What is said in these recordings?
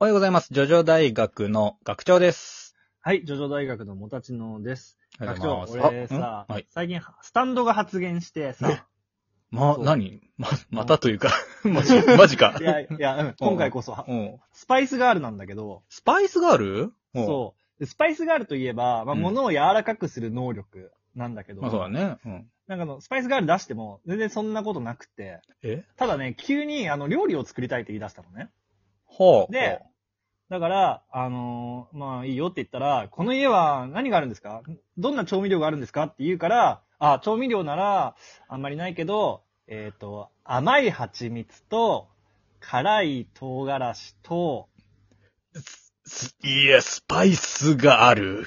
おはようございます。ジョジョ大学の学長です。 はい、ジョジョ大学のもたちのです。学長、俺さ、 はい、 最近スタンドが発言してさ、 何またというか、マジか。 いや、今回こそ、スパイスガールなんだけど、 スパイスガール？ そう。スパイスガールといえば、物を柔らかくする能力なんだけど、 そうだね。 なんかスパイスガール出しても、全然そんなことなくて、ただね、急に料理を作りたいって言い出したのね。で、だから、いいよって言ったら、この家は何があるんですか？どんな調味料があるんですかって言うから、調味料なら、あんまりないけど、甘い蜂蜜と、辛い唐辛子と、 いや、スパイスがある。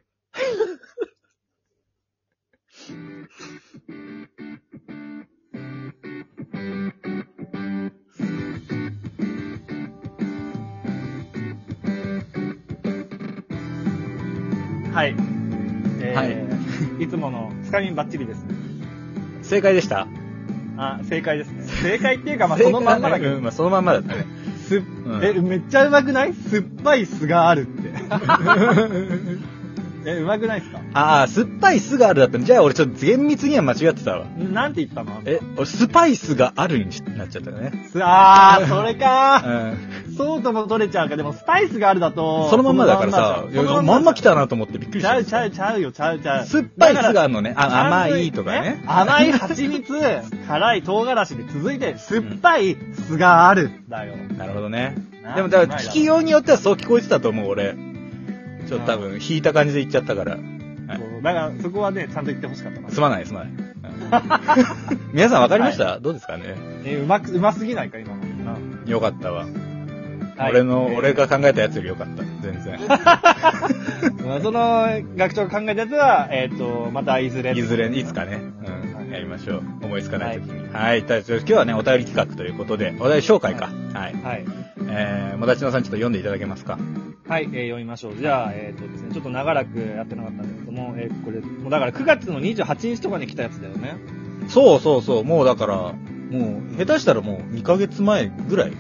はい。いつものつかみバッチリですね。 正解でした？ 正解ですね。正解っていうか、そのまんまだけど。 そのまんまだったね。 めっちゃうまくない？酸っぱい酢があるって。うまくないっすか？ 酸っぱい酢があるだったの。じゃあ俺ちょっと厳密には間違ってたわ。 なんて言ったの？ 俺スパイスがあるになっちゃったね。 それかそうとも取れちゃうか。でもスパイスがあるだと。 そのまんまだからさ、まんま来たなと思ってびっくりした。 ちゃうよ。酸っぱい酢があるのね。甘いとかね。 甘い蜂蜜、辛い唐辛子で続いて酸っぱい酢がある。だよ。 なるほどね。でもだから聞きようによってはそう聞こえてたと思う、俺。ちょっと多分引いた感じで言っちゃったから。 だからそこはね、ちゃんと言ってほしかったな。 すまない。皆さんわかりました？どうですかね？ うますぎないか、今の。 よかったわ。俺が考えたやつよりよかった。全然。 その、学長が考えたやつは、またいずれ、 いつかね。やりましょう。思いつかないときに。はい。今日はね、お便り企画ということで、お題紹介か。はい。もたちのさんちょっと読んでいただけますか？ はい、読みましょう。じゃあ、ですね、ちょっと長らくやってなかったんですけども、これ、もうだから9月の28日とかに来たやつだよね。 そう。もうだから、もう、下手したらもう2ヶ月前ぐらい。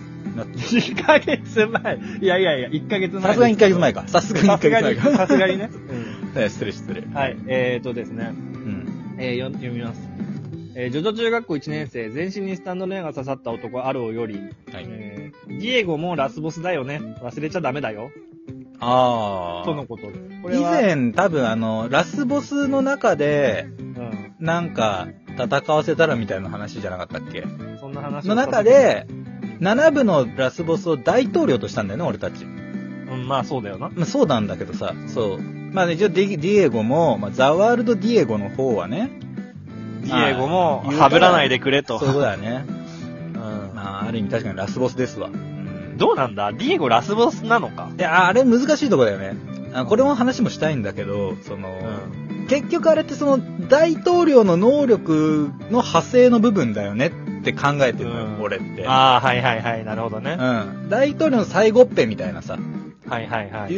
2ヶ月前いや、1ヶ月前。 さすがに1ヶ月前か。さすがに1ヶ月前か。 さすがにね。 失礼。 はい、ですね。読みます。ジョジョ中学校1年生、全身にスタンドの矢が刺さった男アローより、ディエゴもラスボスだよね。忘れちゃダメだよ。とのことです。 以前多分ラスボスの中で、なんか戦わせたらみたいな話じゃなかったっけ？ そんな話の中で、7部のラスボスを大統領としたんだよね、俺たち。 そうだよな。 そうなんだけどさ、そう。一応ディエゴも、ザワールドディエゴの方はね、 ディエゴも、はぶらないでくれと。 そういうことだね。ある意味確かにラスボスですわ。 どうなんだ？ディエゴラスボスなのか？ いや、あれ難しいとこだよね。これも話もしたいんだけど、結局あれって大統領の能力の派生の部分だよねって考えてるのよ、俺って。 はい、なるほどね。 大統領の最後っぺみたいなさ、 いう 、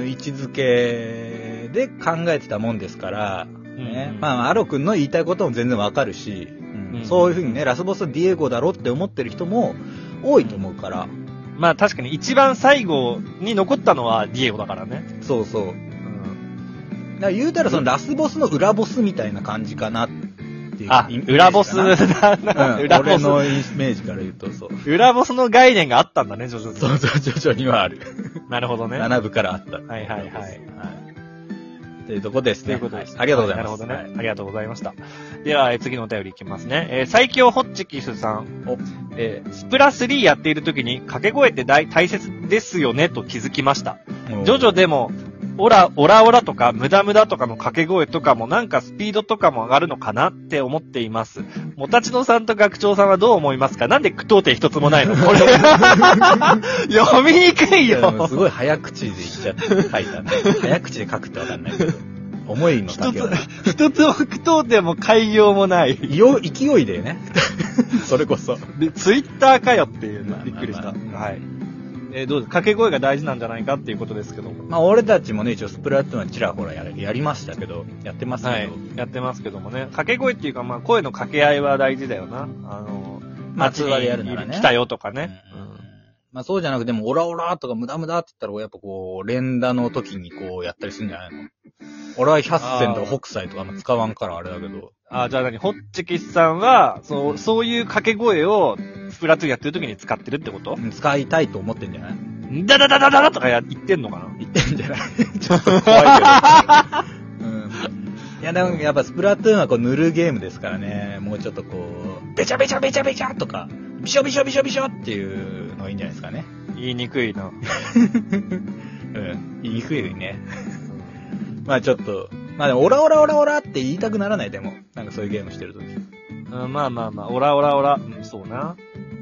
位置づけで考えてたもんですから、ね。アロ君の言いたいことも全然わかるし、そういうふうにね、ラスボスディエゴだろって思ってる人も多いと思うから。 確かに一番最後に残ったのはディエゴだからね。 そう。だから言うたらラスボスの裏ボスみたいな感じかなっていう。 裏ボスだな。 俺のイメージから言うとそう。 裏ボスの概念があったんだね、徐々に。 そう、徐々にはある。 なるほどね。 7部からあった。 はい。 というとこですね。 ということです。 ありがとうございます。 なるほどね。ありがとうございました。では、次のお便りいきますね。最強ホッチキスさん。スプラ3やっている時に掛け声って大切ですよねと気づきました。ジョジョでも、オラとかムダとかの掛け声とかもなんかスピードとかも上がるのかなって思っています。もたちのさんと学長さんはどう思いますか？なんで句読点一つもないのこれ。読みにくいよ。 すごい早口で言っちゃって書いたね。早口で書くってわかんないけど。思いの丈は。 一つも句読点も改行もない。 勢いでね。それこそ。 で、ツイッターかよっていうびっくりした。はい。どうです？掛け声が大事なんじゃないかっていうことですけど。 俺たちもね、一応スプラトゥーンはちらほらやりましたけど、やってますけど。はい。 やってますけどもね。掛け声っていうか、声の掛け合いは大事だよな。 通話でやるならね。 来たよとかね。 まあそうじゃなくても、オラオラとかムダムダって言ったら、やっぱこう、連打の時にこうやったりするんじゃないの？俺は100戦とか北斎とかも使わんからあれだけど。 じゃあホッチキスさんは、そういう掛け声を、スプラトゥーンやってる時に使ってるってこと？ 使いたいと思ってんじゃない？ ダダダダダダとか言ってんのかな？ 言ってんじゃないちょっと怖いけど。いやでもやっぱスプラトゥーンはこう塗るゲームですからね、もうちょっとこう、ベチャベチャベチャベチャとか、ビショビショビショビショっていうのがいいんじゃないですかね。 言いにくいな。 うん。言いにくいね。まあちょっと、まあでもオラオラオラオラって言いたくならないでも、なんかそういうゲームしてるとき。 まあまあまあ、オラオラオラ、そうな。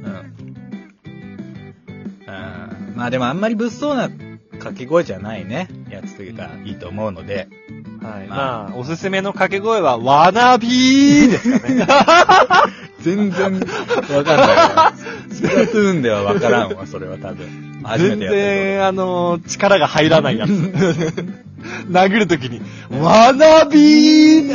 まあでもあんまり物騒な掛け声じゃないね、やつというかいいと思うので。 はい。まあ、おすすめの掛け声は、ワナビーですかね。 全然わかんないわ。スプラトゥーンではわからんわ、それは多分。初めてや全然、力が入らないやつ。殴るときに、ワナビー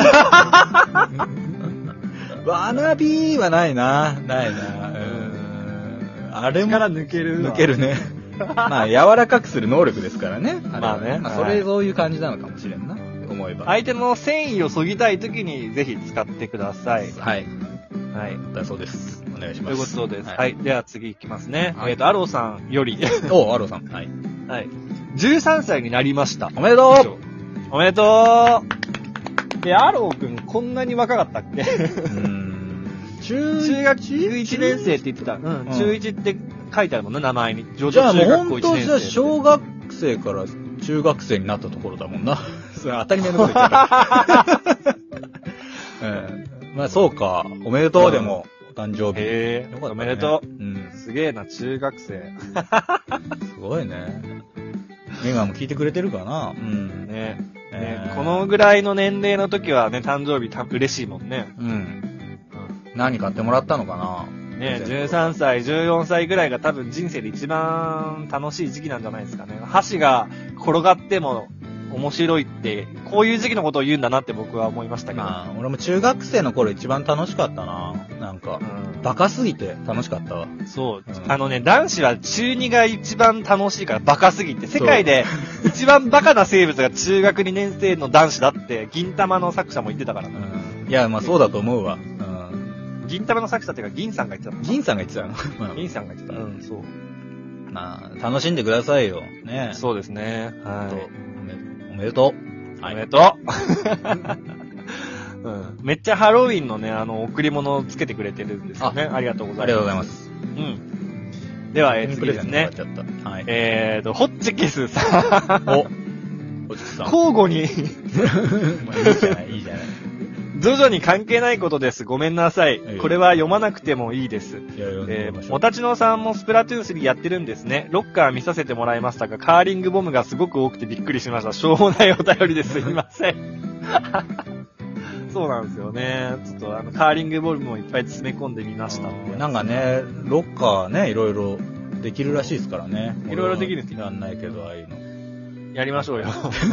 ワナビーはないな。ないな。あれも。 力抜ける。 抜けるね。まあ、柔らかくする能力ですからね。 まあね。 まあ、そういう感じなのかもしれんな。思えば。 相手の繊維を削ぎたいときに、ぜひ使ってください。 はい。 はい。 だそうです。お願いします。 ということです。はい。では次いきますね。アローさんより。 アローさん。はい。 はい。13歳になりました。 おめでとうおめでとうで、アローくんこんなに若かったっけ？中学1年生って言ってた。中1って書いてあるもんね、名前に。 じゃあもう本当じゃあ小学生から中学生になったところだもんな。それ当たり前のこと言っちゃった。まあそうか。おめでとうでも、お誕生日。 おめでとう。すげえな、中学生。 すごいね。今も聞いてくれてるかな？ ね。このぐらいの年齢の時はね、誕生日嬉しいもんね。 何買ってもらったのかな？ ね、13歳、14歳ぐらいが多分人生で一番楽しい時期なんじゃないですかね。箸が転がっても面白いって、こういう時期のことを言うんだなって僕は思いましたけど。 まあ、俺も中学生の頃一番楽しかったな。なんか、バカすぎて楽しかったわ。 そう。男子は中2が一番楽しいからバカすぎて、世界で一番バカな生物が中学2年生の男子だって、銀玉の作者も言ってたからね。 いや、まあそうだと思うわ。 銀玉の作者っていうか、銀さんが言ってたの。 銀さんが言ってたの銀さんが言ってた。そう。 まあ、楽しんでくださいよ。ね。 そうですね。はい。 おめでとう。 おめでとう。めっちゃハロウィンのね、贈り物をつけてくれてるんですよね。ありがとうございます。 ありがとうございます。 では、次ですね。ホッチキスさん。 ホッチキスさん。 交互に。いいじゃない、いいじゃない。 徐々に関係ないことです。ごめんなさい。これは読まなくてもいいです。もたちのさんもスプラトゥーン3やってるんですね。ロッカー見させてもらいましたが、カーリングボムがすごく多くてびっくりしました。しょうもないお便りですいません。そうなんですよね。ちょっとカーリングボムもいっぱい詰め込んでみました。 なんかね、ロッカーね、いろいろできるらしいですからね。 いろいろできるんですやんないけど、ああいうの。 やりましょうよ。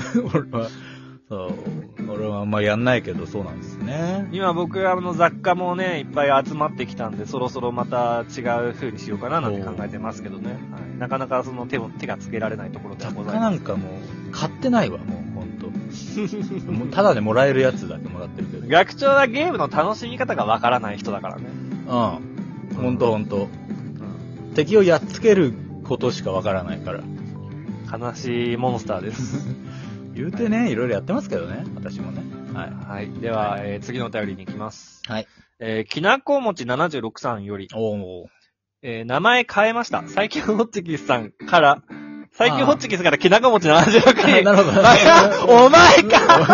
俺はあんまりやんないけど、そうなんですね。 今僕雑貨もね、いっぱい集まってきたんで、そろそろまた違う風にしようかななんて考えてますけどね。なかなかその手がつけられないところではございます。 雑貨なんかもう、買ってないわ、もう、ほんと。もうただでもらえるやつだけもらってるけど。 学長はゲームの楽しみ方がわからない人だからね。 ほんと。敵をやっつけることしかわからないから。 悲しいモンスターです。 言うてね、いろいろやってますけどね、私もね。 はい。では、次のお便りに行きます。 はい。 きなこもち76さんより。名前変えました。最近ホッチキスさんから、最近ホッチキスからきなこもち76に。 なるほど。 お前か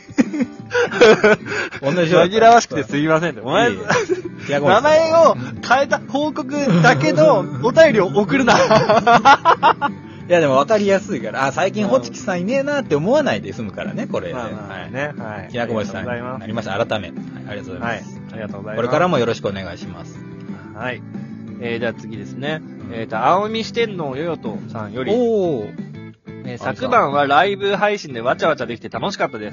同じ紛らわしくてすいません。お前、名前を変えた報告だけのお便りを送るな。 いやでも分かりやすいから、最近ホチキスさんいねえなって思わないで済むからね、これ。 はい。 きなこもちさんになりました。改め。ありがとうございます。 はい。ありがとうございます。 これからもよろしくお願いします。 はい。じゃあ次ですね。青海四天王よよとさんより。昨晩はライブ配信でわちゃわちゃできて楽しかったです。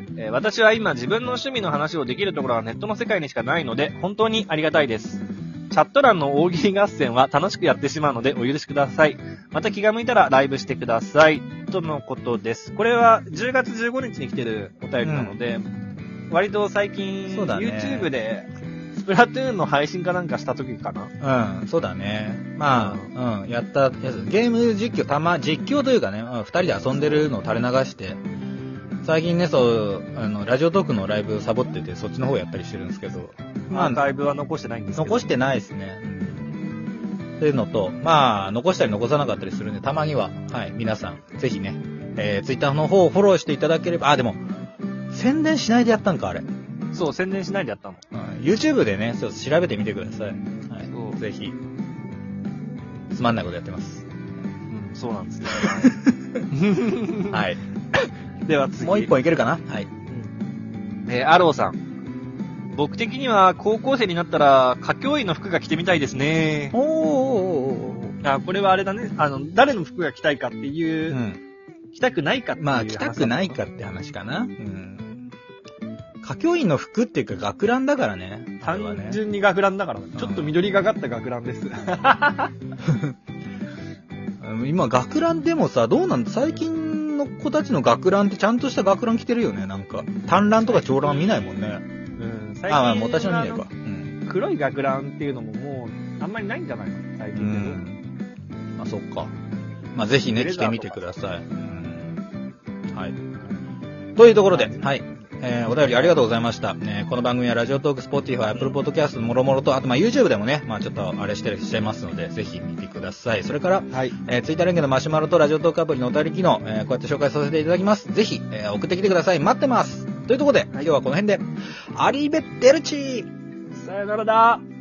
私は今自分の趣味の話をできるところはネットの世界にしかないので、本当にありがたいです。 チャット欄の大喜利合戦は楽しくやってしまうのでお許しください。また気が向いたらライブしてください。とのことです。これは10月15日に来てるお便りなので、割と最近、 そうだね、 YouTube でスプラトゥーンの配信かなんかした時かな。 そうだね。まあ、やったやつ。ゲーム実況、実況というかね、二人で遊んでるのを垂れ流して、最近ね、ラジオトークのライブサボってて、そっちの方やったりしてるんですけど。 アーカイブは残してないんですけど。 残してないですね。っていうのと、まあ、残したり残さなかったりするんで、たまには、はい、皆さん、ぜひね、Twitter の方をフォローしていただければ、でも、宣伝しないでやったんか、あれ。 そう、宣伝しないでやったの。 YouTube でね、調べてみてください。はい。ぜひ。つまんないことやってます。 そうなんですね。 はい。 では次。 もう一本いけるかな？はい。 アローさん。僕的には高校生になったら、歌教員の服が着てみたいですね。これはあれだね。誰の服が着たいかっていう、着たくないかっていう。 まあ、着たくないかって話かな。歌教員の服っていうか学ランだからね。 単純に学ランだからね。ちょっと緑がかった学ランです。 今学ランでもさ、どうなんだ最近の子たちの学ランってちゃんとした学ラン着てるよね、なんか。短ランとか長ラン見ないもんね。 最近もう私は見ないか。 黒い学ランっていうのももう、あんまりないんじゃないの最近でも。 まあ、そっか。まあ、ぜひね、着てみてください。はい。というところで、はい。お便りありがとうございました。この番組はラジオトーク、Spotify、Apple Podcast もろもろと、あとYouTube でもね、ちょっとあれしてますので、ぜひ見てください。それから、Twitter 連携のマシュマロとラジオトークアプリのお便り機能、こうやって紹介させていただきます。ぜひ、送ってきてください。待ってます。というところで、今日はこの辺で、アリーベッテルチー。 さよならだ。